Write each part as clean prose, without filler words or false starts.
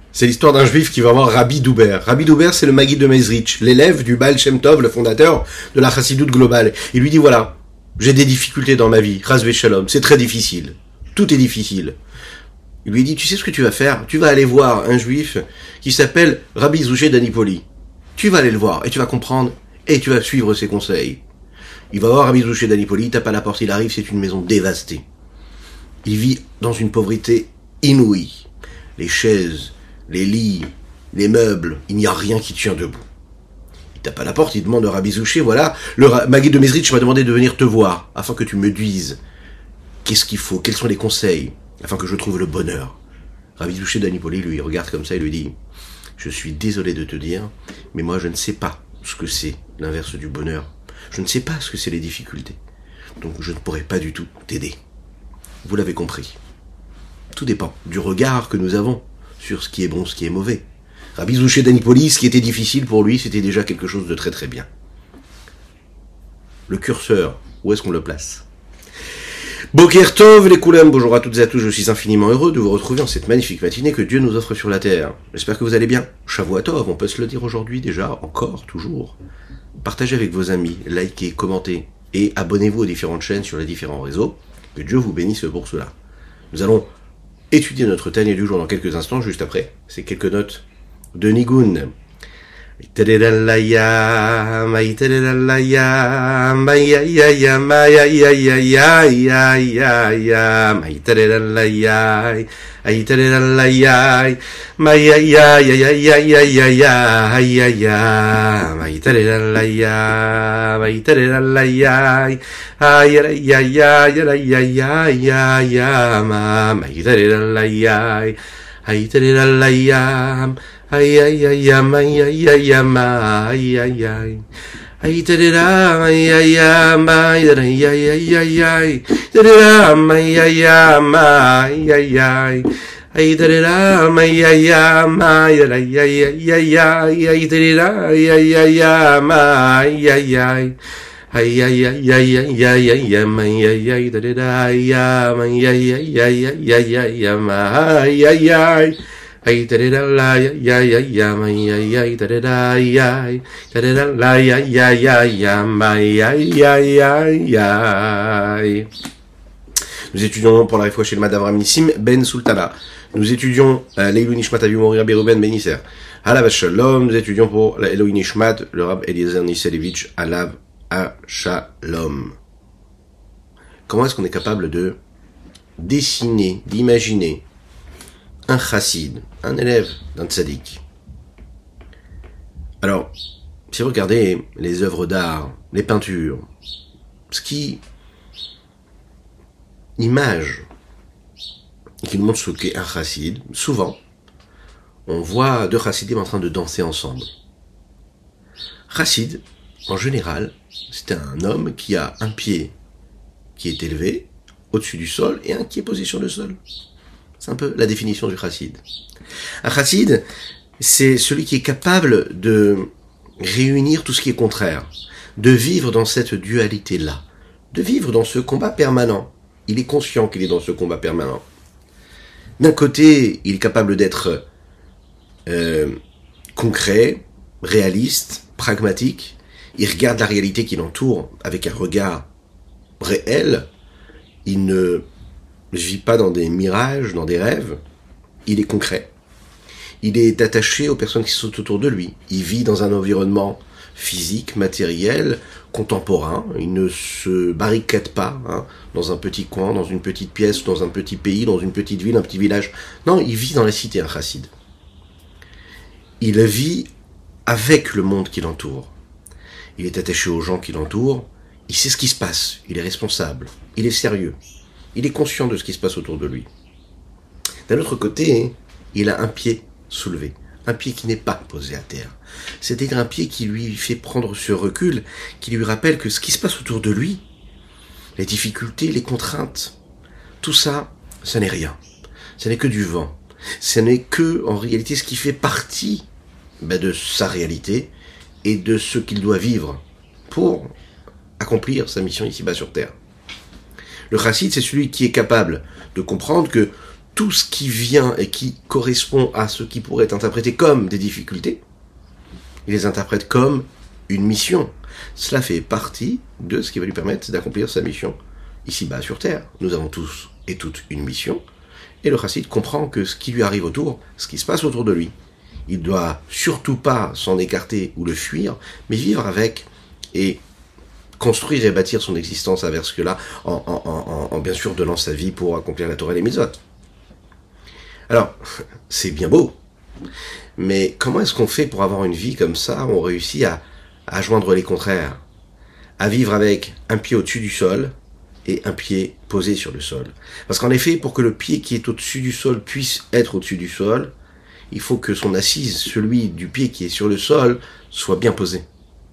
C'est l'histoire d'un juif qui va voir Rabbi Douber. Rabbi Douber, c'est le Maguid de Mezrich, l'élève du Baal Shem Tov, le fondateur de la Chassidoute globale. Il lui dit, voilà, j'ai des difficultés dans ma vie, Chas v'Shalom, c'est très difficile. Tout est difficile. Il lui dit, tu sais ce que tu vas faire? Tu vas aller voir un juif qui s'appelle Rabbi Zouché d'Anipoli. Tu vas aller le voir et tu vas comprendre et tu vas suivre ses conseils. Il va voir Rabbi Zouché d'Anipoli, il tape à la porte, il arrive, c'est une maison dévastée. Il vit dans une pauvreté inouïe. Les chaises, les lits, les meubles, il n'y a rien qui tient debout. Il tape à la porte, il demande à Rabbi Zouché, voilà, le Maguid de Mezrich m'a demandé de venir te voir, afin que tu me dises qu'est-ce qu'il faut, quels sont les conseils, afin que je trouve le bonheur. Rabbi Zouché d'Anipoli lui regarde comme ça et lui dit, je suis désolé de te dire, mais moi je ne sais pas ce que c'est l'inverse du bonheur. Je ne sais pas ce que c'est les difficultés. Donc je ne pourrai pas du tout t'aider. Vous l'avez compris. Tout dépend du regard que nous avons sur ce qui est bon, ce qui est mauvais. Rabbi Zouché d'Anipoli, ce qui était difficile pour lui, c'était déjà quelque chose de très très bien. Le curseur, où est-ce qu'on le place? Boker Tov, les Koulam, bonjour à toutes et à tous, je suis infiniment heureux de vous retrouver en cette magnifique matinée que Dieu nous offre sur la terre. J'espère que vous allez bien. Shavua Tov, on peut se le dire aujourd'hui déjà, encore, toujours. Partagez avec vos amis, likez, commentez et abonnez-vous aux différentes chaînes sur les différents réseaux. Que Dieu vous bénisse pour cela. Nous allons étudier notre Tanya du jour dans quelques instants, juste après ces quelques notes de Nigun. Ay ay ay am ay ay ay am ay ay ay ay tadam ay ay am ay ay ay ay ay tadam ay ay am ay ay ay ay tadam ay ay am ay ay ay ay ay ay tadam ay ay ay am ay ay ay ay ay ay ay ay ay ay am ay ay ay tadam ay am ay ay ay ay ay ay am ay ay ay ay tarara la ya ya ya ma ya ya tarara ya tarara la ya ya ya ya ma ya ya ya ya. Nous étudions pour la réfoua chez le Mad Avram Nissim Ben Sultana. Nous étudions l'Eilou Nishmat Avi Mori Rabbi Reuben Ben Isser. Alav Shalom. Nous étudions pour l'Eilou Nishmat le Rab Eliezer Niselevich Alav Shalom. Comment est-ce qu'on est capable de dessiner, d'imaginer un chassid, un élève d'un tzaddik? Alors, si vous regardez les œuvres d'art, les peintures, ce qui image qui nous montre ce qu'est un chassid, souvent, on voit deux chassidim en train de danser ensemble. Chassid, en général, c'est un homme qui a un pied qui est élevé au-dessus du sol et un qui est posé sur le sol. C'est un peu la définition du chassid. Un chassid, c'est celui qui est capable de réunir tout ce qui est contraire, de vivre dans cette dualité-là, de vivre dans ce combat permanent. Il est conscient qu'il est dans ce combat permanent. D'un côté, il est capable d'être concret, réaliste, pragmatique. Il regarde la réalité qui l'entoure avec un regard réel. Il ne vit pas dans des mirages, dans des rêves. Il est concret. Il est attaché aux personnes qui sont autour de lui. Il vit dans un environnement physique, matériel, contemporain. Il ne se barricade pas dans un petit coin, dans une petite pièce, dans un petit pays, dans une petite ville, un petit village. Non, il vit dans la cité, un chassid. Il vit avec le monde qui l'entoure. Il est attaché aux gens qui l'entourent. Il sait ce qui se passe. Il est responsable. Il est sérieux. Il est conscient de ce qui se passe autour de lui. D'un autre côté, il a un pied soulevé. Un pied qui n'est pas posé à terre. C'est-à-dire un pied qui lui fait prendre ce recul, qui lui rappelle que ce qui se passe autour de lui, les difficultés, les contraintes, tout ça, ça n'est rien. Ce n'est que du vent. Ce n'est que, en réalité, ce qui fait partie de sa réalité et de ce qu'il doit vivre pour accomplir sa mission ici-bas sur terre. Le chassid, c'est celui qui est capable de comprendre que tout ce qui vient et qui correspond à ce qui pourrait être interprété comme des difficultés, il les interprète comme une mission. Cela fait partie de ce qui va lui permettre d'accomplir sa mission ici-bas sur Terre. Nous avons tous et toutes une mission, et le chassid comprend que ce qui lui arrive autour, ce qui se passe autour de lui, il doit surtout pas s'en écarter ou le fuir, mais vivre avec et construire et bâtir son existence avec ce que là, en bien sûr donnant sa vie pour accomplir la Torah et les mitzvot. Alors, c'est bien beau, mais comment est-ce qu'on fait pour avoir une vie comme ça, où on réussit à joindre les contraires, à vivre avec un pied au-dessus du sol et un pied posé sur le sol? Parce qu'en effet, pour que le pied qui est au-dessus du sol puisse être au-dessus du sol, il faut que son assise, celui du pied qui est sur le sol, soit bien posé.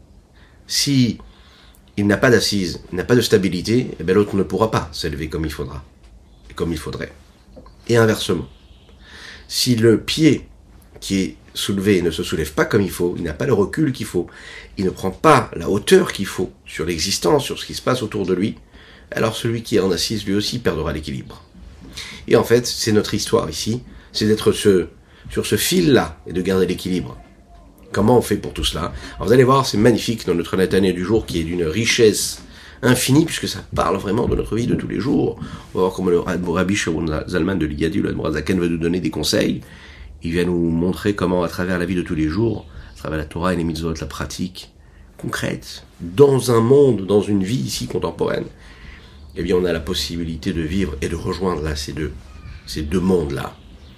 Si il n'a pas d'assise, il n'a pas de stabilité, eh bien l'autre ne pourra pas s'élever comme il faudra, et comme il faudrait. Et inversement. Si le pied qui est soulevé ne se soulève pas comme il faut, il n'a pas le recul qu'il faut, il ne prend pas la hauteur qu'il faut sur l'existence, sur ce qui se passe autour de lui, alors celui qui est en assise lui aussi perdra l'équilibre. Et en fait, c'est notre histoire ici, c'est d'être sur ce fil-là et de garder l'équilibre. Comment on fait pour tout cela? Alors vous allez voir, c'est magnifique dans notre Nathané du jour qui est d'une richesse infinie, puisque ça parle vraiment de notre vie de tous les jours. On va voir comment le Rabbi Sharon Zalman de Ligadi, le Admorazaken, va nous donner des conseils. Il vient nous montrer comment, à travers la vie de tous les jours, à travers la Torah et les mitzvot, la pratique concrète, dans un monde, dans une vie ici contemporaine, eh bien on a la possibilité de vivre et de rejoindre là ces deux mondes-là.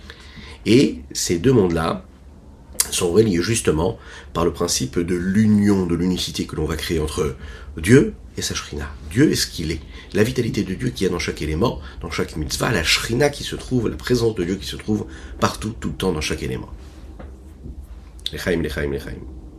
Et ces deux mondes-là sont reliés justement par le principe de l'union, de l'unicité que l'on va créer entre Dieu et sa Shrina. Dieu est ce qu'il est. La vitalité de Dieu qu'il y a dans chaque élément, dans chaque mitzvah, la Shrina qui se trouve, la présence de Dieu qui se trouve partout, tout le temps, dans chaque élément. L'Echaim, l'Echaim, l'Echaim.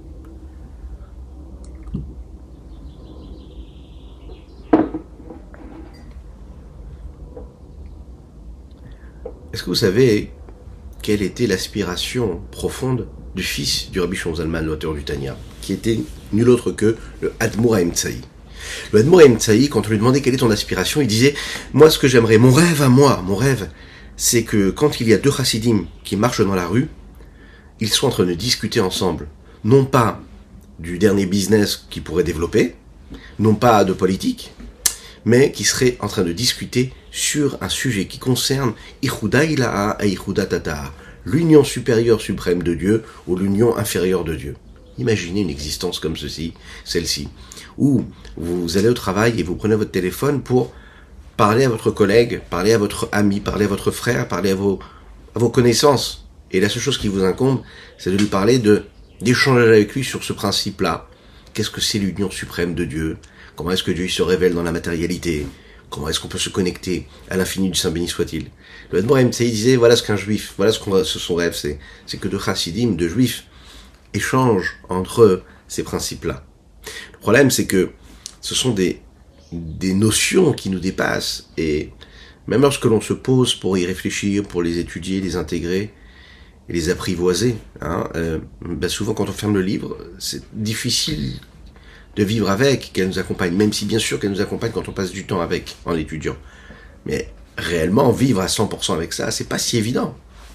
Est-ce que vous savez quelle était l'aspiration profonde du fils du Rabbi Shlomo Zalman, l'auteur du Tanya, qui était nul autre que le Admour HaEmtsaï. Le Admour HaEmtsaï, quand on lui demandait quelle est ton aspiration, il disait « Moi, ce que j'aimerais, mon rêve, c'est que quand il y a deux chassidim qui marchent dans la rue, ils soient en train de discuter ensemble, non pas du dernier business qu'ils pourraient développer, non pas de politique, mais qui seraient en train de discuter sur un sujet qui concerne Ichuda Ilaha et Ichuda Tata'a, l'union supérieure suprême de Dieu ou l'union inférieure de Dieu. Imaginez une existence comme celle-ci, où vous allez au travail et vous prenez votre téléphone pour parler à votre collègue, parler à votre ami, parler à votre frère, parler à vos connaissances. Et la seule chose qui vous incombe, c'est de lui parler, d'échanger avec lui sur ce principe-là. Qu'est-ce que c'est l'union suprême de Dieu? Comment est-ce que Dieu se révèle dans la matérialité? Comment est-ce qu'on peut se connecter à l'infini du Saint béni soit-il? Le Admour HaEmtsaï disait, voilà ce qu'un juif, voilà ce son rêve, c'est que de chassidim, de juifs, échangent entre eux ces principes-là. Le problème, c'est que ce sont des notions qui nous dépassent, et même lorsque l'on se pose pour y réfléchir, pour les étudier, les intégrer, et les apprivoiser, souvent quand on ferme le livre, c'est difficile de vivre avec, qu'elle nous accompagne, même si bien sûr qu'elle nous accompagne quand on passe du temps avec, en l'étudiant. Mais réellement, vivre à 100% avec ça, c'est pas si évident.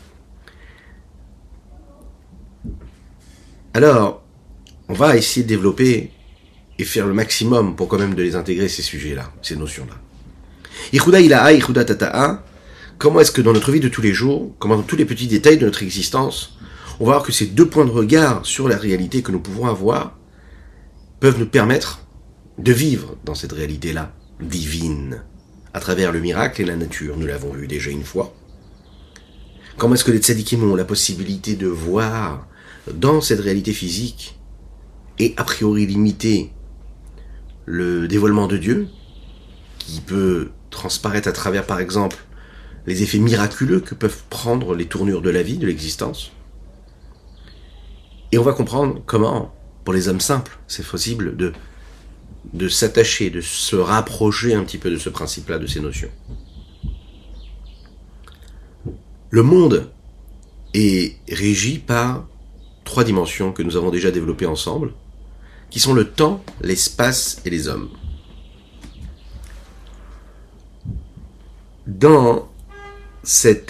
Alors, on va essayer de développer et faire le maximum pour quand même de les intégrer, ces sujets-là, ces notions-là. Ichuda Ilaha, Ichuda Tata'a, comment est-ce que dans notre vie de tous les jours, comment dans tous les petits détails de notre existence, on va voir que ces deux points de regard sur la réalité que nous pouvons avoir peuvent nous permettre de vivre dans cette réalité-là, divine, à travers le miracle et la nature, nous l'avons vu déjà une fois. Comment est-ce que les tzadikim ont la possibilité de voir dans cette réalité physique et a priori limiter le dévoilement de Dieu, qui peut transparaître à travers, par exemple, les effets miraculeux que peuvent prendre les tournures de la vie, de l'existence. Et on va comprendre comment, pour les hommes simples, c'est possible de s'attacher, de se rapprocher un petit peu de ce principe-là, de ces notions. Le monde est régi par 3 dimensions que nous avons déjà développées ensemble, qui sont le temps, l'espace et les hommes. Dans cette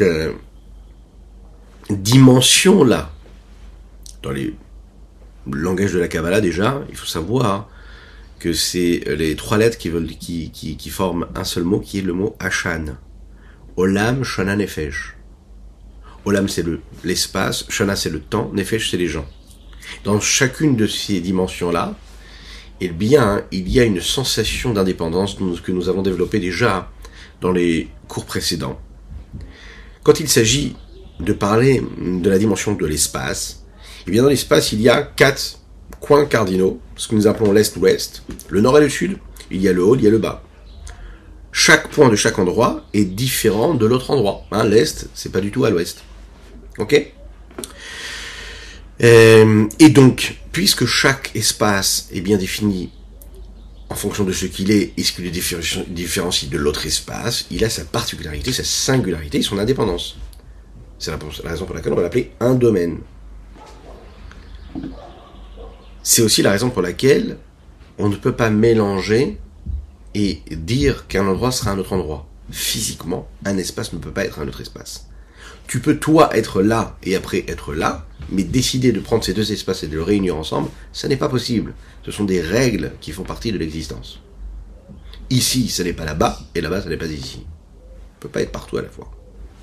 dimension-là, dans le langage de la Kabbalah déjà, il faut savoir que c'est les trois lettres qui forment un seul mot, qui est le mot Hashan. Olam, Shana, Nefesh. Olam, c'est l'espace, Shana, c'est le temps, Nefesh, c'est les gens. Dans chacune de ces dimensions-là, eh bien, il y a une sensation d'indépendance que nous avons développée déjà dans les cours précédents. Quand il s'agit de parler de la dimension de l'espace, eh bien, dans l'espace, il y a 4 coins cardinaux, ce que nous appelons l'est-ouest, le nord et le sud, il y a le haut, il y a le bas. Chaque point de chaque endroit est différent de l'autre endroit. L'est, c'est pas du tout à l'ouest. Ok ? Et donc, puisque chaque espace est bien défini en fonction de ce qu'il est et ce qui le différencie de l'autre espace, il a sa particularité, sa singularité et son indépendance. C'est la raison pour laquelle on va l'appeler un domaine. C'est aussi la raison pour laquelle on ne peut pas mélanger et dire qu'un endroit sera un autre endroit. Physiquement, un espace ne peut pas être un autre espace. Tu peux, toi, être là et après être là, mais décider de prendre ces deux espaces et de les réunir ensemble, ça n'est pas possible. Ce sont des règles qui font partie de l'existence. Ici, ça n'est pas là-bas, et là-bas, ça n'est pas ici. On ne peut pas être partout à la fois.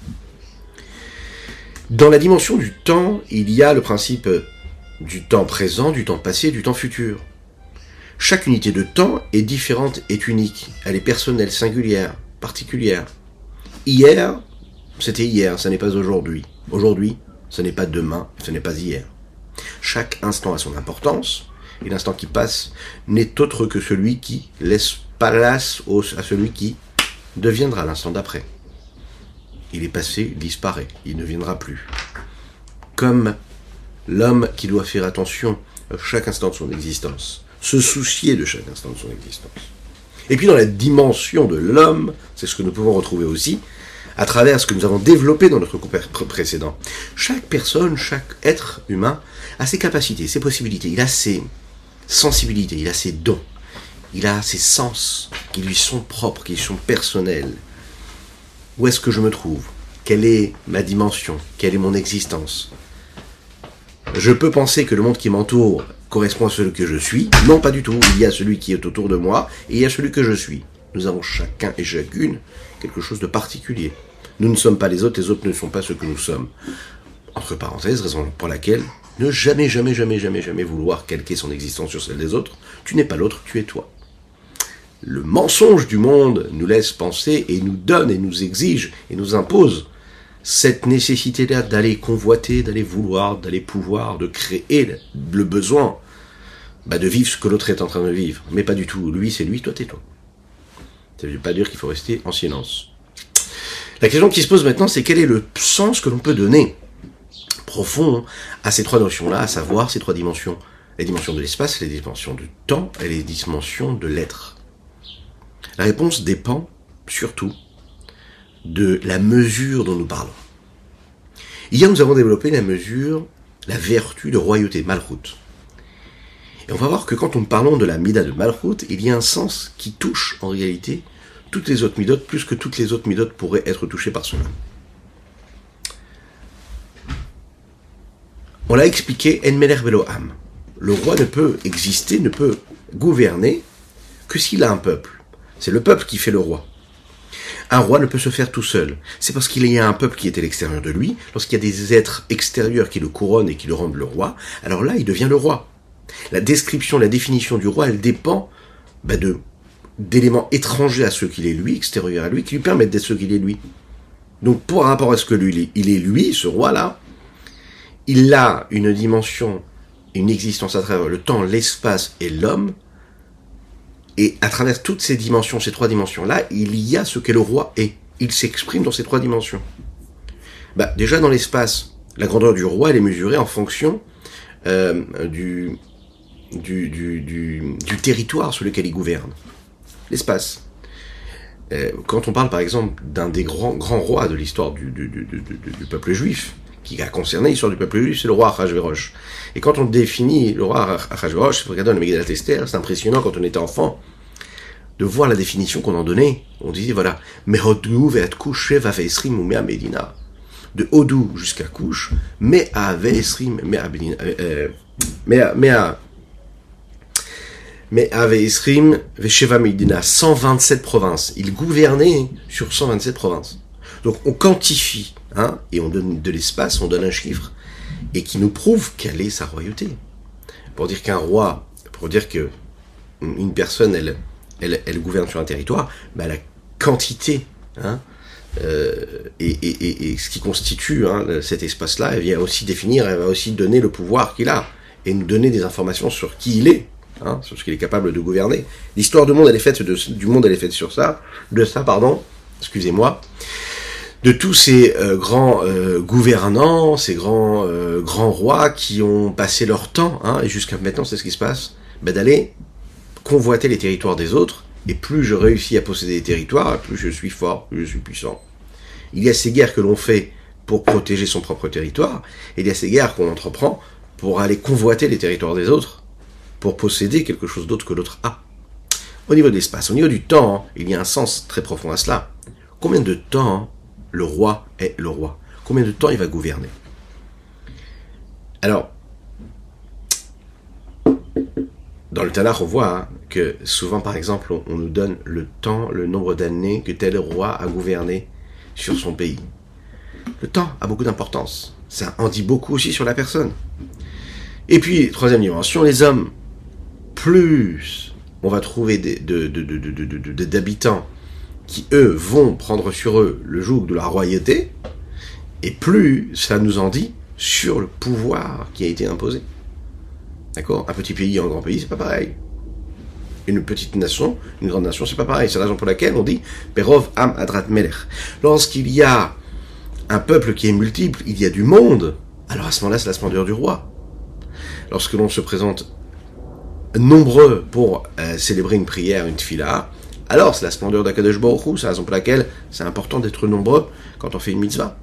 Dans la dimension du temps, il y a le principe du temps présent, du temps passé, du temps futur. Chaque unité de temps est différente, est unique. Elle est personnelle, singulière, particulière. Hier, c'était hier, ça n'est pas aujourd'hui. Aujourd'hui, ce n'est pas demain, ce n'est pas hier. Chaque instant a son importance, et l'instant qui passe n'est autre que celui qui laisse place à celui qui deviendra l'instant d'après. Il est passé, disparaît, il ne viendra plus. Comme l'homme qui doit faire attention à chaque instant de son existence, se soucier de chaque instant de son existence. Et puis dans la dimension de l'homme, c'est ce que nous pouvons retrouver aussi, à travers ce que nous avons développé dans notre cours précédent. Chaque personne, chaque être humain a ses capacités, ses possibilités, il a ses sensibilités, il a ses dons, il a ses sens qui lui sont propres, qui lui sont personnels. Où est-ce que je me trouve ? Quelle est ma dimension ? Quelle est mon existence ? Je peux penser que le monde qui m'entoure correspond à celui que je suis. Non, pas du tout. Il y a celui qui est autour de moi et il y a celui que je suis. Nous avons chacun et chacune quelque chose de particulier. Nous ne sommes pas les autres ne sont pas ce que nous sommes. Entre parenthèses, raison pour laquelle ne jamais vouloir calquer son existence sur celle des autres. Tu n'es pas l'autre, tu es toi. Le mensonge du monde nous laisse penser et nous donne et nous exige et nous impose cette nécessité-là d'aller convoiter, d'aller vouloir, d'aller pouvoir, de créer le besoin de vivre ce que l'autre est en train de vivre. Mais pas du tout. Lui, c'est lui, toi, t'es toi. Ça ne veut pas dire qu'il faut rester en silence. La question qui se pose maintenant, c'est quel est le sens que l'on peut donner profond à ces trois notions-là, à savoir ces trois dimensions. Les dimensions de l'espace, les dimensions du temps et les dimensions de l'être. La réponse dépend surtout de la mesure dont nous parlons. Hier, nous avons développé la vertu de royauté, Malchut. Et on va voir que quand nous parlons de la Mida de Malchut, il y a un sens qui touche en réalité toutes les autres Midot, plus que toutes les autres Midot pourraient être touchées par cela. On l'a expliqué, En Melech Velo Am. Le roi ne peut exister, ne peut gouverner que s'il a un peuple. C'est le peuple qui fait le roi. Un roi ne peut se faire tout seul. C'est parce qu'il y a un peuple qui est à l'extérieur de lui. Lorsqu'il y a des êtres extérieurs qui le couronnent et qui le rendent le roi, alors là, il devient le roi. La description, la définition du roi, elle dépend d'éléments étrangers à ce qu'il est lui, extérieurs à lui, qui lui permettent d'être ce qu'il est lui. Donc, par rapport à ce que lui, il est lui, ce roi-là, il a une dimension, une existence à travers le temps, l'espace et l'homme. Et à travers toutes ces dimensions, ces trois dimensions-là, il y a ce qu'est le roi et il s'exprime dans ces trois dimensions. Déjà dans l'espace, la grandeur du roi, elle est mesurée en fonction du territoire sur lequel il gouverne. L'espace. Quand on parle par exemple d'un des grands rois de l'histoire du peuple juif, qui a concerné l'histoire du peuple juif, c'est le roi Achashverosh. Et quand on définit le roi Achashverosh, regardez le Megillat Esther, c'est impressionnant quand on était enfant. de voir la définition qu'on en donnait. On disait, voilà, Mehodou ve'atku sheva ve'esrim ou mea medina. De Hodou jusqu'à Couche, mea ve'esrim, mea ve'esrim ve'sheva medina. 127 provinces. Il gouvernait sur 127 provinces. Donc on quantifie, hein, et on donne de l'espace, on donne un chiffre, et qui nous prouve quelle est sa royauté. Pour dire qu'un roi, pour dire que une personne, elle gouverne sur un territoire, bah, la quantité, hein, et ce qui constitue, hein, cet espace-là, elle vient aussi définir, elle va aussi donner le pouvoir qu'il a, et nous donner des informations sur qui il est, hein, sur ce qu'il est capable de gouverner. L'histoire du monde, elle est faite du monde, elle est faite sur ça, excusez-moi, de tous ces grands gouvernants, ces grands rois qui ont passé leur temps, hein, et jusqu'à maintenant, c'est ce qui se passe, bah, d'aller convoiter les territoires des autres, et plus je réussis à posséder des territoires, plus je suis fort, plus je suis puissant. Il y a ces guerres que l'on fait pour protéger son propre territoire, et il y a ces guerres qu'on entreprend pour aller convoiter les territoires des autres, pour posséder quelque chose d'autre que l'autre a. Au niveau de l'espace, au niveau du temps, il y a un sens très profond à cela. Combien de temps le roi est le roi? Combien de temps il va gouverner? Alors, dans le Tanakh, on voit, hein, que souvent, par exemple, on nous donne le temps, le nombre d'années que tel roi a gouverné sur son pays. Le temps a beaucoup d'importance. Ça en dit beaucoup aussi sur la personne. Et puis, troisième dimension, les hommes. Plus on va trouver d'habitants qui, eux, vont prendre sur eux le joug de la royauté, et plus ça nous en dit sur le pouvoir qui a été imposé. D'accord? Un petit pays et un grand pays, c'est pas pareil. Une petite nation, une grande nation, c'est pas pareil. C'est la raison pour laquelle on dit Perov Am Adrat Melech. Lorsqu'il y a un peuple qui est multiple, il y a du monde, alors à ce moment-là, c'est la splendeur du roi. Lorsque l'on se présente nombreux pour célébrer une prière, une tfila, alors c'est la splendeur d'Akadosh Baruch Hu. C'est la raison pour laquelle c'est important d'être nombreux quand on fait une mitzvah.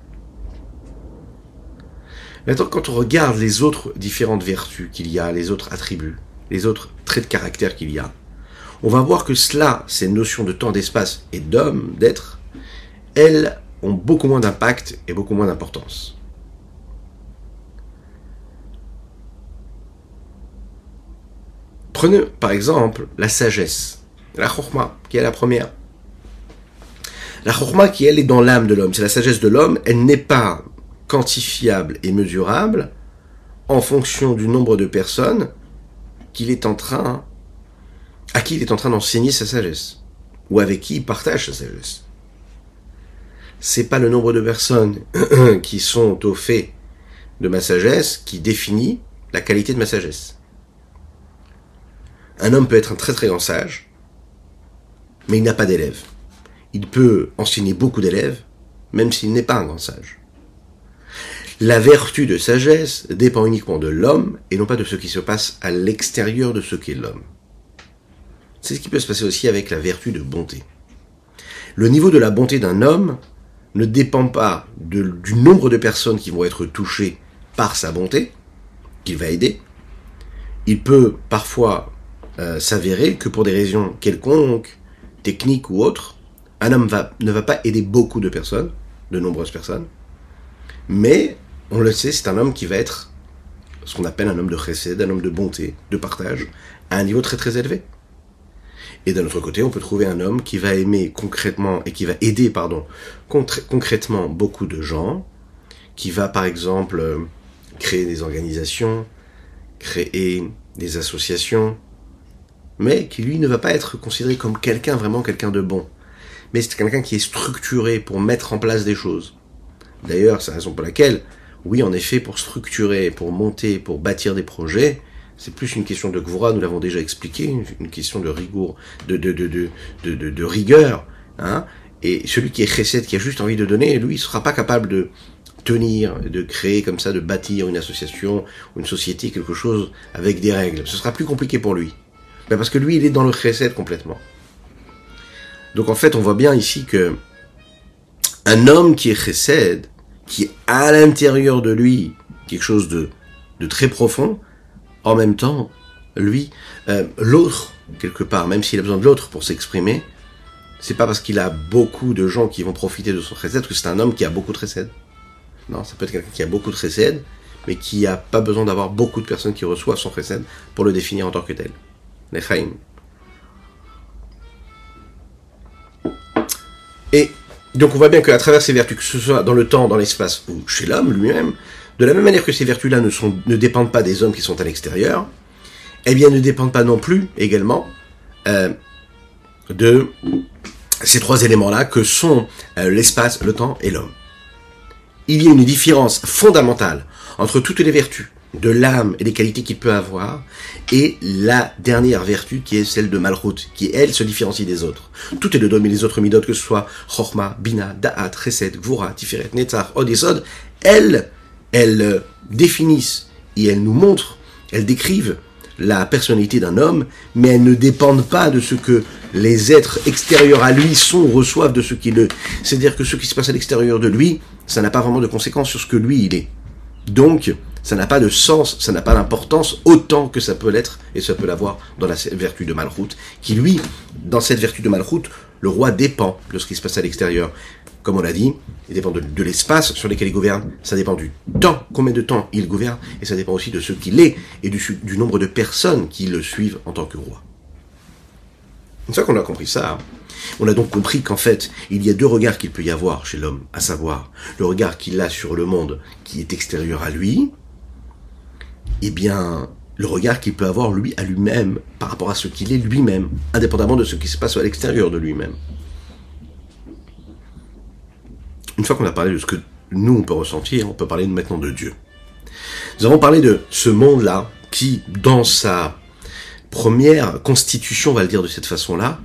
Maintenant, quand on regarde les autres différentes vertus qu'il y a, les autres attributs, les autres traits de caractère qu'il y a, on va voir que cela, ces notions de temps, d'espace et d'homme, d'être, elles ont beaucoup moins d'impact et beaucoup moins d'importance. Prenez par exemple la sagesse, la chokhma, qui est la première. La chokhma qui, elle, est dans l'âme de l'homme, c'est la sagesse de l'homme, elle n'est pas quantifiable et mesurable en fonction du nombre de personnes à qui il est en train d'enseigner sa sagesse, ou avec qui il partage sa sagesse. C'est pas le nombre de personnes qui sont au fait de ma sagesse qui définit la qualité de ma sagesse. Un homme peut être un très très grand sage, mais il n'a pas d'élèves. Il peut enseigner beaucoup d'élèves, même s'il n'est pas un grand sage. La vertu de sagesse dépend uniquement de l'homme et non pas de ce qui se passe à l'extérieur de ce qu'est l'homme. C'est ce qui peut se passer aussi avec la vertu de bonté. Le niveau de la bonté d'un homme ne dépend pas du nombre de personnes qui vont être touchées par sa bonté, qu'il va aider. Il peut parfois s'avérer que pour des raisons quelconques, techniques ou autres, un homme ne va pas aider beaucoup de personnes, de nombreuses personnes, mais on le sait, c'est un homme qui va être ce qu'on appelle un homme de chesed, un homme de bonté, de partage, à un niveau très très élevé. Et d'un autre côté, on peut trouver un homme qui va aimer concrètement, et qui va aider, concrètement beaucoup de gens, qui va par exemple créer des organisations, créer des associations, mais qui lui ne va pas être considéré comme vraiment quelqu'un de bon. Mais c'est quelqu'un qui est structuré pour mettre en place des choses. D'ailleurs, c'est la raison pour laquelle, oui, en effet, pour structurer, pour monter, pour bâtir des projets, c'est plus une question de gvura, nous l'avons déjà expliqué, une question de rigueur, de rigueur, hein. Et celui qui est chesed, qui a juste envie de donner, lui, il sera pas capable de tenir, de créer comme ça, de bâtir une association, une société, quelque chose avec des règles. Ce sera plus compliqué pour lui. Ben parce que lui, il est dans le chesed complètement. Donc en fait, on voit bien ici que un homme qui est chesed, qui est à l'intérieur de lui quelque chose de très profond, en même temps, lui, l'autre, quelque part, même s'il a besoin de l'autre pour s'exprimer, c'est pas parce qu'il a beaucoup de gens qui vont profiter de son chesed que c'est un homme qui a beaucoup de chesed. Non, ça peut être quelqu'un qui a beaucoup de chesed, mais qui a pas besoin d'avoir beaucoup de personnes qui reçoivent son chesed pour le définir en tant que tel. Les chaim. Et donc on voit bien qu'à travers ces vertus, que ce soit dans le temps, dans l'espace ou chez l'homme lui-même, de la même manière que ces vertus-là ne dépendent pas des hommes qui sont à l'extérieur, eh bien ne dépendent pas non plus également de ces trois éléments-là que sont l'espace, le temps et l'homme. Il y a une différence fondamentale entre toutes les vertus de l'âme et les qualités qu'il peut avoir, et la dernière vertu qui est celle de Malchut, qui elle se différencie des autres. Toutes les deux et les autres midot, que ce soit Chochma, Bina, Da'at, Chesed, Gvura, Tiferet, Netzach, Od et Sod, elles définissent et elles nous montrent, elles décrivent la personnalité d'un homme, mais elles ne dépendent pas de ce que les êtres extérieurs à lui sont ou reçoivent de ce qu'il est. C'est-à-dire que ce qui se passe à l'extérieur de lui, ça n'a pas vraiment de conséquences sur ce que lui il est. Donc, ça n'a pas de sens, ça n'a pas d'importance autant que ça peut l'être, et ça peut l'avoir dans la vertu de Malchut, qui lui, dans cette vertu de Malchut, le roi dépend de ce qui se passe à l'extérieur. Comme on l'a dit, il dépend de l'espace sur lequel il gouverne, ça dépend du temps, combien de temps il gouverne, et ça dépend aussi de ce qu'il est, et du nombre de personnes qui le suivent en tant que roi. Une fois qu'on a compris ça, on a donc compris qu'en fait, il y a deux regards qu'il peut y avoir chez l'homme, à savoir le regard qu'il a sur le monde qui est extérieur à lui, et bien le regard qu'il peut avoir lui à lui-même par rapport à ce qu'il est lui-même, indépendamment de ce qui se passe à l'extérieur de lui-même. Une fois qu'on a parlé de ce que nous on peut ressentir, on peut parler maintenant de Dieu. Nous avons parlé de ce monde-là qui, dans sa première constitution, on va le dire de cette façon-là,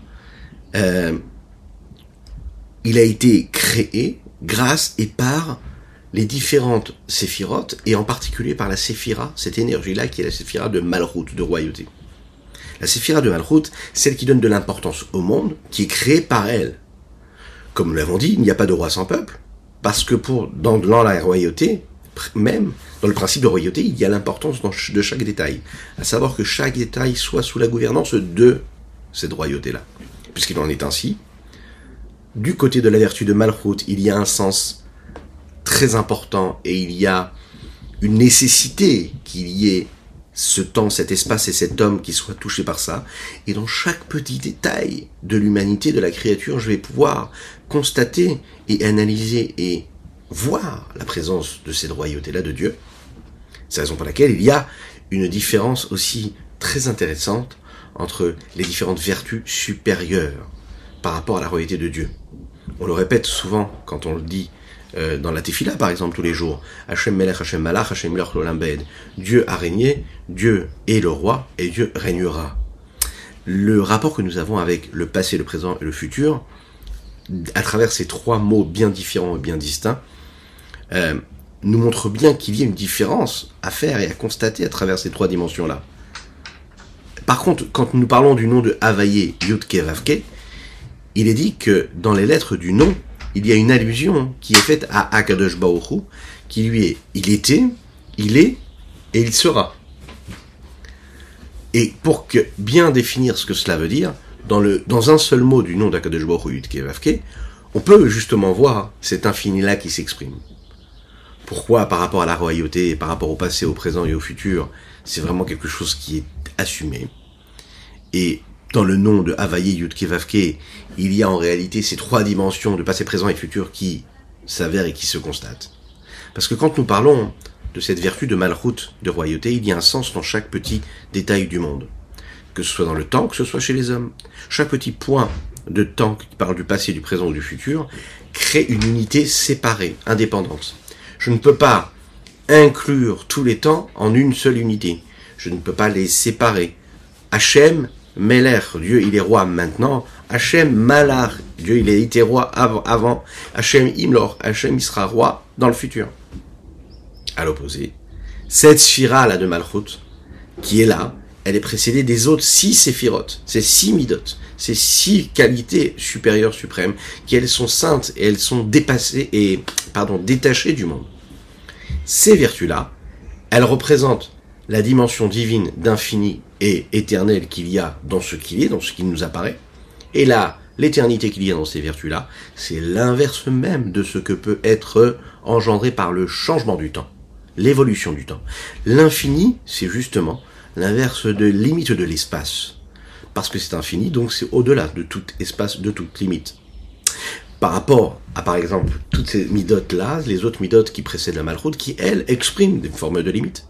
il a été créé grâce et par les différentes séphirotes, et en particulier par la séphira, cette énergie-là qui est la séphira de Malchut, de royauté. La séphira de Malchut, celle qui donne de l'importance au monde, qui est créée par elle. Comme nous l'avons dit, il n'y a pas de roi sans peuple, parce que dans la royauté, même dans le principe de royauté, il y a l'importance de chaque détail. À savoir que chaque détail soit sous la gouvernance de cette royauté-là. Puisqu'il en est ainsi, du côté de la vertu de Malchut, il y a un sens très important et il y a une nécessité qu'il y ait ce temps, cet espace et cet homme qui soient touchés par ça. Et dans chaque petit détail de l'humanité, de la créature, je vais pouvoir constater et analyser et voir la présence de cette royauté-là de Dieu. C'est la raison pour laquelle il y a une différence aussi très intéressante entre les différentes vertus supérieures par rapport à la royauté de Dieu. On le répète souvent quand on le dit dans la Tefila, par exemple, tous les jours. Hashem Melech, Hashem Malach, Hashem Melech L'Olam Ba'ed. Dieu a régné, Dieu est le roi, et Dieu régnera. Le rapport que nous avons avec le passé, le présent et le futur, à travers ces trois mots bien différents et bien distincts, nous montre bien qu'il y a une différence à faire et à constater à travers ces trois dimensions-là. Par contre, quand nous parlons du nom de Havaye, Yud-Ke, Vav-Ke, il est dit que dans les lettres du nom, il y a une allusion qui est faite à Akadosh Baruch Hu, qui lui est, il était, il est, et il sera. Et pour bien définir ce que cela veut dire, dans un seul mot du nom d'Akadosh Baruch Hu, Yud-Ke, Vav-Ke, on peut justement voir cet infini-là qui s'exprime. Pourquoi, par rapport à la royauté, par rapport au passé, au présent et au futur, c'est vraiment quelque chose qui est assumé. Et dans le nom de Havaye, Yud-Ke, Vav-Ke, il y a en réalité ces trois dimensions de passé, présent et futur qui s'avèrent et qui se constatent. Parce que quand nous parlons de cette vertu de Malchut, de royauté, il y a un sens dans chaque petit détail du monde. Que ce soit dans le temps, que ce soit chez les hommes. Chaque petit point de temps qui parle du passé, du présent ou du futur crée une unité séparée, indépendante. Je ne peux pas inclure tous les temps en une seule unité. Je ne peux pas les séparer. Hachem, Melech, Dieu il est roi maintenant. Hachem, Malach, Dieu il a été roi avant. Hachem, Imlor, Hachem il sera roi dans le futur. À l'opposé, cette sphira là de Malchut, qui est là, elle est précédée des autres 6 séphirotes, ces 6 midot, ces 6 qualités supérieures suprêmes, qui elles sont saintes et elles sont détachées du monde. Ces vertus-là, elles représentent la dimension divine d'infini et éternel qu'il y a dans ce qu'il est, dans ce qui nous apparaît. Et là, l'éternité qu'il y a dans ces vertus-là, c'est l'inverse même de ce que peut être engendré par le changement du temps, l'évolution du temps. L'infini, c'est justement l'inverse de limite de l'espace. Parce que c'est infini, donc c'est au-delà de tout espace, de toute limite. Par rapport à, par exemple, toutes ces midotes-là, les autres midotes qui précèdent la malchoute, qui, elles, expriment des formes de limites.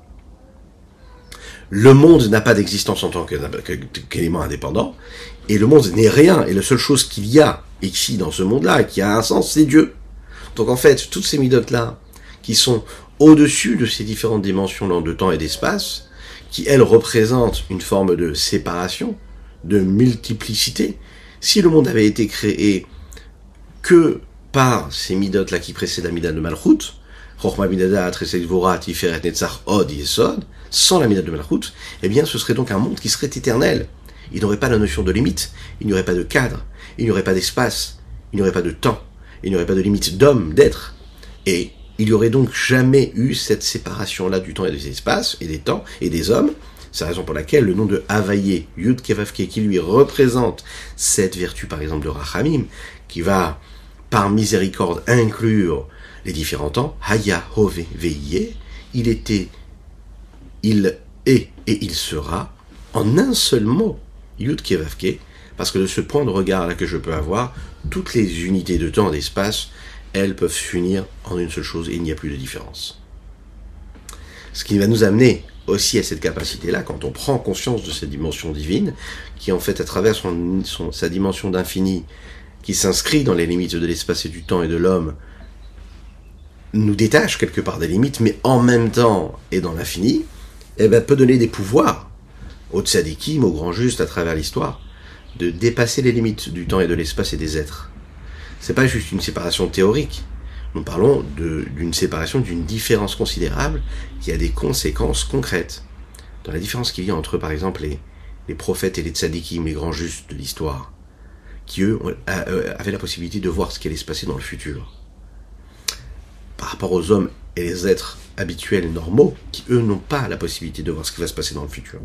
Le monde n'a pas d'existence en tant qu'élément indépendant, et le monde n'est rien, et la seule chose qu'il y a ici dans ce monde-là, qui a un sens, c'est Dieu. Donc en fait, toutes ces midotes-là, qui sont au-dessus de ces différentes dimensions de temps et d'espace, qui, elles, représentent une forme de séparation, de multiplicité. Si le monde avait été créé que par ces midotes-là qui précèdent la mida de Malchut, Chochma Midada, Tresed Gvura, Tiferet, Netzach, Od, Yesod, sans la mida de Malchut, eh bien ce serait donc un monde qui serait éternel. Il n'aurait pas la notion de limite, il n'y aurait pas de cadre, il n'y aurait pas d'espace, il n'y aurait pas de temps, il n'y aurait pas de limite d'homme, d'être. Et il n'y aurait donc jamais eu cette séparation-là du temps et des espaces, et des temps, et des hommes. C'est la raison pour laquelle le nom de Havaye, Yud Kevavke, qui lui représente cette vertu par exemple de Rachamim, qui va par miséricorde inclure les différents temps, Haya Hove Veiye, il était, il est et il sera, en un seul mot, Yud Kevavke, parce que de ce point de regard là que je peux avoir, toutes les unités de temps et d'espace, elles peuvent s'unir en une seule chose et il n'y a plus de différence. Ce qui va nous amener aussi à cette capacité-là, quand on prend conscience de cette dimension divine, qui en fait à travers sa dimension d'infini, qui s'inscrit dans les limites de l'espace et du temps et de l'homme, nous détache quelque part des limites, mais en même temps est dans l'infini, eh ben, peut donner des pouvoirs aux tzadikim, aux grands justes à travers l'histoire, de dépasser les limites du temps et de l'espace et des êtres. C'est pas juste une séparation théorique. Nous parlons d'une séparation, d'une différence considérable qui a des conséquences concrètes. Dans la différence qu'il y a entre, par exemple, les prophètes et les tzadikim, les grands justes de l'histoire, qui, eux, avaient la possibilité de voir ce qui allait se passer dans le futur. Par rapport aux hommes et les êtres habituels, normaux, qui, eux, n'ont pas la possibilité de voir ce qui va se passer dans le futur.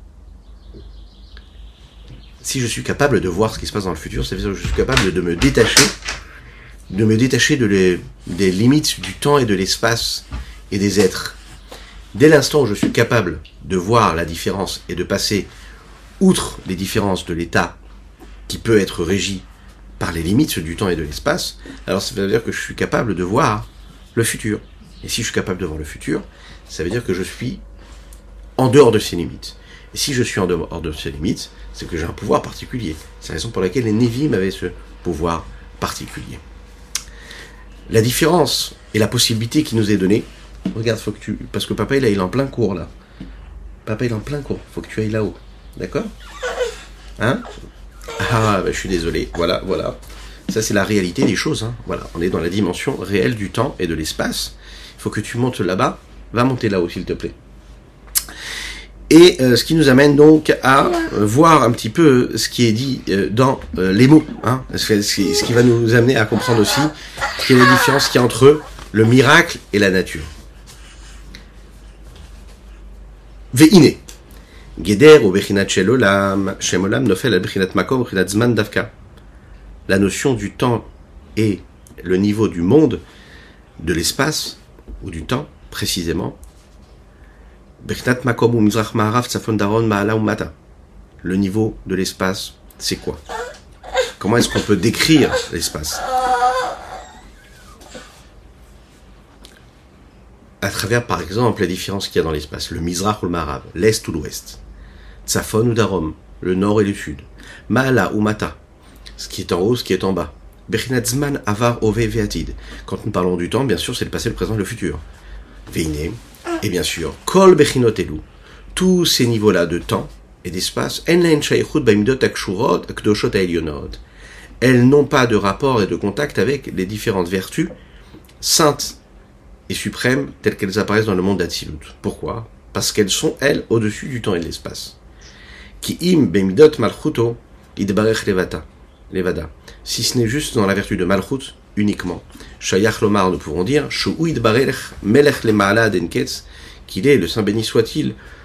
Si je suis capable de voir ce qui se passe dans le futur, ça veut dire que je suis capable de me détacher des limites du temps et de l'espace et des êtres. Dès l'instant où je suis capable de voir la différence et de passer outre les différences de l'état qui peut être régi par les limites du temps et de l'espace, alors ça veut dire que je suis capable de voir le futur. Et si je suis capable de voir le futur, ça veut dire que je suis en dehors de ces limites. Et si je suis en dehors de ces limites, c'est que j'ai un pouvoir particulier. C'est la raison pour laquelle les Névim avaient ce pouvoir particulier. La différence et la possibilité qui nous est donnée, regarde, parce que papa il est en plein cours là. Papa il est en plein cours, faut que tu ailles là-haut. D'accord ? Hein ? Ah, je suis désolé, voilà. Ça c'est la réalité des choses, hein. Voilà, on est dans la dimension réelle du temps et de l'espace. Il faut que tu montes là-bas, va monter là-haut s'il te plaît. Et ce qui nous amène donc à voir un petit peu ce qui est dit dans les mots, hein, ce qui va nous amener à comprendre aussi quelle est la différence qu'il y a entre le miracle et la nature. Ve'ine, geder ou bechinat shelolam, shemolam nofel al bechinat makom, bechinat zman davka. La notion du temps et le niveau du monde, de l'espace ou du temps précisément. Le niveau de l'espace, c'est quoi ? Comment est-ce qu'on peut décrire l'espace ? À travers, par exemple, la différence qu'il y a dans l'espace, le Mizrach ou le Ma'arav, l'Est ou l'Ouest, Tzafon ou Darom, le Nord et le Sud, Ma'ala ou Mata, ce qui est en haut, ce qui est en bas, Bechinat Zman Avar Ove Ve'atid. Quand nous parlons du temps, bien sûr, c'est le passé, le présent, le futur. Veine. Et bien sûr, Kol Bechinot Elu, tous ces niveaux-là de temps et d'espace, elles n'ont pas de rapport et de contact avec les différentes vertus saintes et suprêmes telles qu'elles apparaissent dans le monde d'Atsilut. Pourquoi ? Parce qu'elles sont, elles, au-dessus du temps et de l'espace. Ki im bemidot malchuto idbarech levada. Si ce n'est juste dans la vertu de Malchut uniquement. Shayach Lomar, nous pouvons dire, Shu idbarech melech le ma'ala adenketz, qu'il est, le Saint béni soit-il,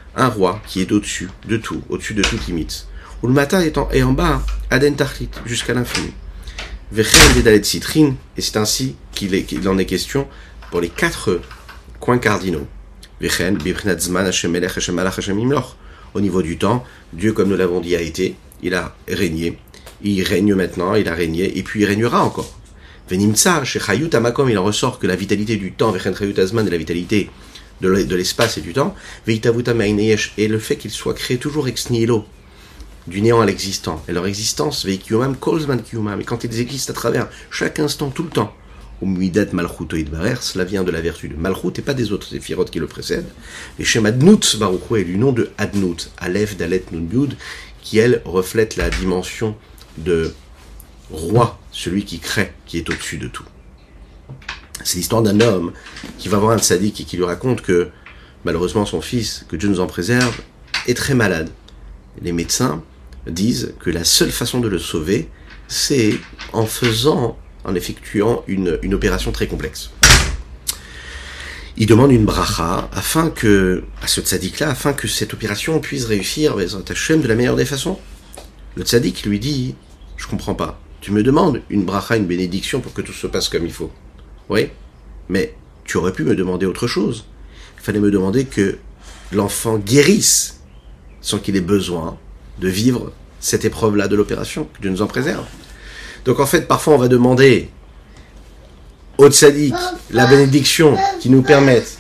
un roi qui est au-dessus de tout, au-dessus de toute limite. Où le matin est en bas, Aden Tachlit, jusqu'à l'infini. Vechen Vedalet Citrin, et c'est ainsi qu'il en est question pour les 4 coins cardinaux. Vechen, Bibrinat Zman, Hashem Melech, Hashem Malach, Hashem Imloch. Au niveau du temps, Dieu, comme nous l'avons dit, a été, il a régné. Il règne maintenant, il a régné, et puis il régnera encore. Venimtsa, chez Chayut Amakom, il en ressort que la vitalité du temps, Vechen Chayut Azman, et la vitalité de l'espace et du temps, Veitavuta Ma'inayesh, et le fait qu'il soit créé toujours ex nihilo, du néant à l'existant, et leur existence, Veikiumam Kolzman Kiumam, et quand ils existent à travers chaque instant, tout le temps, Umidat Malchut Oidbarer, cela vient de la vertu de Malchut et pas des autres séphirotes qui le précèdent. Et Shem Adnout Baruch Hu est du nom de Adnout, Aleph Dalet Nun Yud, qui elle reflète la dimension de roi, celui qui crée, qui est au-dessus de tout. C'est l'histoire d'un homme qui va voir un tzaddik et qui lui raconte que malheureusement son fils, que Dieu nous en préserve, est très malade. Les médecins disent que la seule façon de le sauver, c'est en effectuant une opération très complexe. Il demande une bracha à ce tzaddik-là, afin que cette opération puisse réussir de la meilleure des façons. Le tzaddik lui dit, je comprends pas, tu me demandes une bracha, une bénédiction pour que tout se passe comme il faut. Oui, mais tu aurais pu me demander autre chose. Il fallait me demander que l'enfant guérisse sans qu'il ait besoin de vivre cette épreuve-là de l'opération, que Dieu nous en préserve. Donc en fait, parfois on va demander au tzaddik la bénédiction qui nous permettent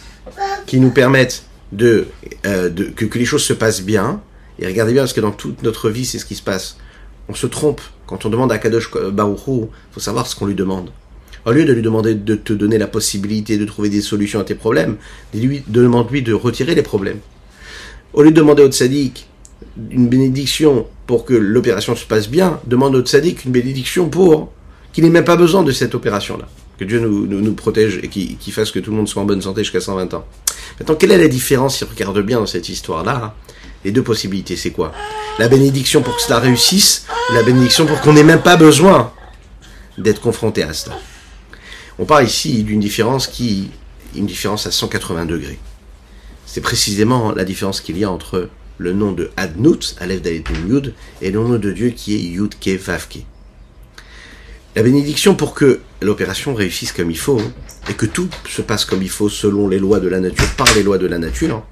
que les choses se passent bien. Et regardez bien, parce que dans toute notre vie, c'est ce qui se passe. On se trompe. Quand on demande à Kadosh Baruch Hu, il faut savoir ce qu'on lui demande. Au lieu de lui demander de te donner la possibilité de trouver des solutions à tes problèmes, demande-lui de retirer les problèmes. Au lieu de demander au tzaddik une bénédiction pour que l'opération se passe bien, demande au tzaddik une bénédiction pour qu'il n'ait même pas besoin de cette opération-là. Que Dieu nous protège et qu'il fasse que tout le monde soit en bonne santé jusqu'à 120 ans. Maintenant, quelle est la différence, si on regarde bien dans cette histoire-là? Les deux possibilités, c'est quoi? La bénédiction pour que cela réussisse, ou la bénédiction pour qu'on n'ait même pas besoin d'être confronté à cela. On parle ici d'une différence à 180 degrés. C'est précisément la différence qu'il y a entre le nom de Adnout, Aleph Dalet Nun Yud, et le nom de Dieu qui est Yud Ke Vav Ke. La bénédiction pour que l'opération réussisse comme il faut, et que tout se passe comme il faut selon les lois de la nature, par les lois de la nature,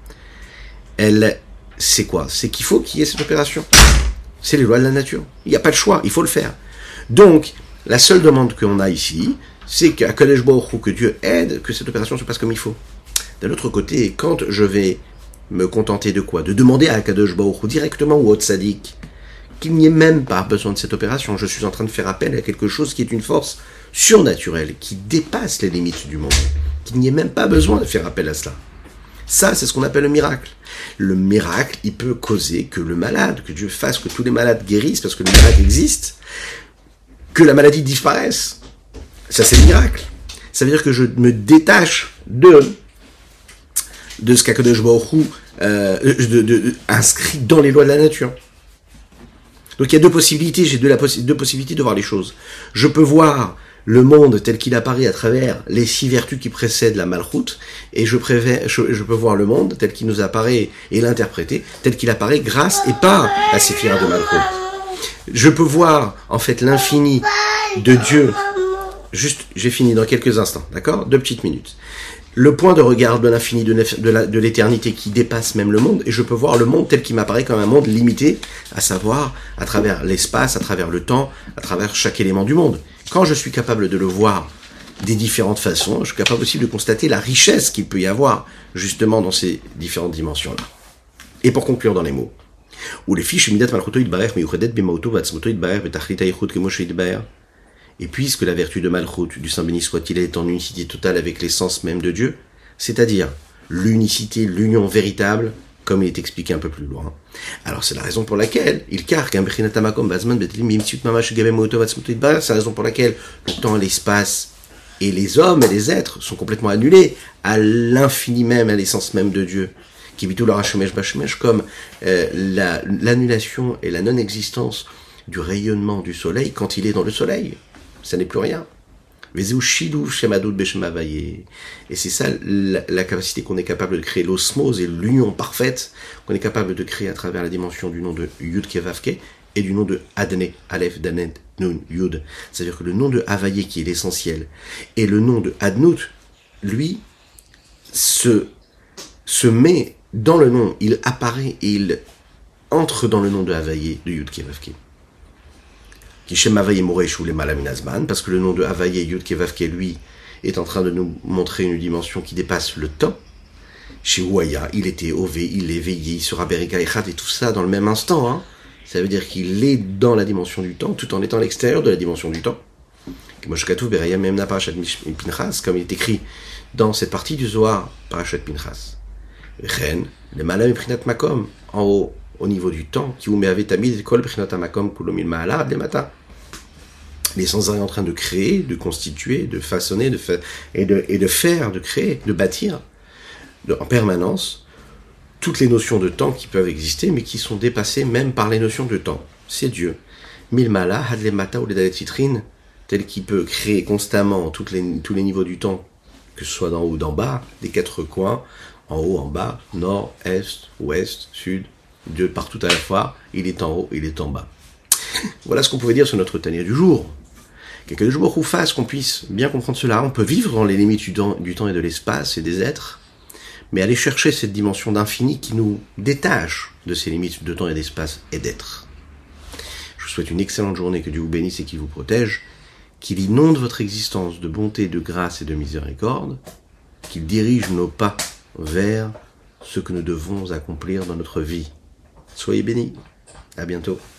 c'est quoi? C'est qu'il faut qu'il y ait cette opération. C'est les lois de la nature. Il n'y a pas de choix, il faut le faire. Donc, la seule demande qu'on a ici, c'est qu'à Kadosh Baruch Hu, que Dieu aide, que cette opération se passe comme il faut. D'un autre côté, quand je vais me contenter de quoi? De demander à Kadosh Baruch Hu directement ou au tzaddik qu'il n'y ait même pas besoin de cette opération. Je suis en train de faire appel à quelque chose qui est une force surnaturelle, qui dépasse les limites du monde. Qu'il n'y ait même pas besoin de faire appel à cela. Ça, c'est ce qu'on appelle le miracle. Le miracle, il peut causer que le malade, que Dieu fasse que tous les malades guérissent, parce que le miracle existe, que la maladie disparaisse. Ça, c'est le miracle. Ça veut dire que je me détache de ce qu'Akadosh Baruch Hu inscrit dans les lois de la nature. Donc il y a deux possibilités, j'ai deux possibilités de voir les choses. Je peux voir le monde tel qu'il apparaît à travers les 6 vertus qui précèdent la Malchut, et je peux voir le monde tel qu'il nous apparaît et l'interpréter tel qu'il apparaît grâce et par la séphira de Malchut. Je peux voir en fait l'infini de Dieu. Juste, j'ai fini dans quelques instants, d'accord? 2 petites minutes. Le point de regard de l'infini, de l'éternité qui dépasse même le monde, et je peux voir le monde tel qu'il m'apparaît comme un monde limité, à savoir à travers l'espace, à travers le temps, à travers chaque élément du monde. Quand je suis capable de le voir des différentes façons, je suis capable aussi de constater la richesse qu'il peut y avoir justement dans ces différentes dimensions-là. Et pour conclure dans les mots, ou les fiches midat malchuto yitbarech miyuchedet b'mauto v'atzmoto yitbarech b'tachlita yichud kemo sheyitbarech. Et puisque la vertu de Malchut, du Saint béni soit-il, est en unicité totale avec l'essence même de Dieu, c'est-à-dire l'unicité, l'union véritable, comme il est expliqué un peu plus loin. Alors c'est la raison pour laquelle, c'est la raison pour laquelle le temps, l'espace et les hommes et les êtres sont complètement annulés à l'infini même, à l'essence même de Dieu. Comme l'annulation et la non-existence du rayonnement du soleil quand il est dans le soleil. Ça n'est plus rien. Vezeu Shilou Shemadut Beshem Havaye. Et c'est ça la capacité qu'on est capable de créer, l'osmose et l'union parfaite qu'on est capable de créer à travers la dimension du nom de Yud Kevavke et du nom de Adne, Aleph, Danet, Nun, Yud. C'est-à-dire que le nom de Havaye qui est l'essentiel et le nom de Adnut, lui, se met dans le nom, il apparaît et il entre dans le nom de Havaye, de Yud Kevavke. Kishem Havaye Moresh ou les Malaminazman, parce que le nom de Havaye, Yud Kevavke, lui, est en train de nous montrer une dimension qui dépasse le temps. Chez Ouaya, il était Ové, il est veillé, il sera Berika Echad, et tout ça dans le même instant. Hein. Ça veut dire qu'il est dans la dimension du temps, tout en étant à l'extérieur de la dimension du temps. Comme il est écrit dans cette partie du Zohar, Parashat Pinchas. Chen, le Malam Prinat Makom, en haut, au niveau du temps, qui vous avait tamid kol Prinat Makom kulomil Maala de Mata. Il est sans arrêt en train de créer, de constituer, de façonner, de faire, de créer, de bâtir, en permanence, toutes les notions de temps qui peuvent exister, mais qui sont dépassées même par les notions de temps. C'est Dieu. Milmala, Hadlemata ou les Daletitrines, tel qu'il peut créer constamment tous les niveaux du temps, que ce soit d'en haut ou d'en bas, des quatre coins, en haut, en bas, nord, est, ouest, sud, Dieu partout à la fois, il est en haut, il est en bas. Voilà ce qu'on pouvait dire sur notre Tania du jour. Que jours ou fasse qu'on puisse bien comprendre cela. On peut vivre dans les limites du temps et de l'espace et des êtres, mais aller chercher cette dimension d'infini qui nous détache de ces limites de temps et d'espace et d'être. Je vous souhaite une excellente journée, que Dieu vous bénisse et qu'il vous protège, qu'il inonde votre existence de bonté, de grâce et de miséricorde, qu'il dirige nos pas vers ce que nous devons accomplir dans notre vie. Soyez bénis. À bientôt.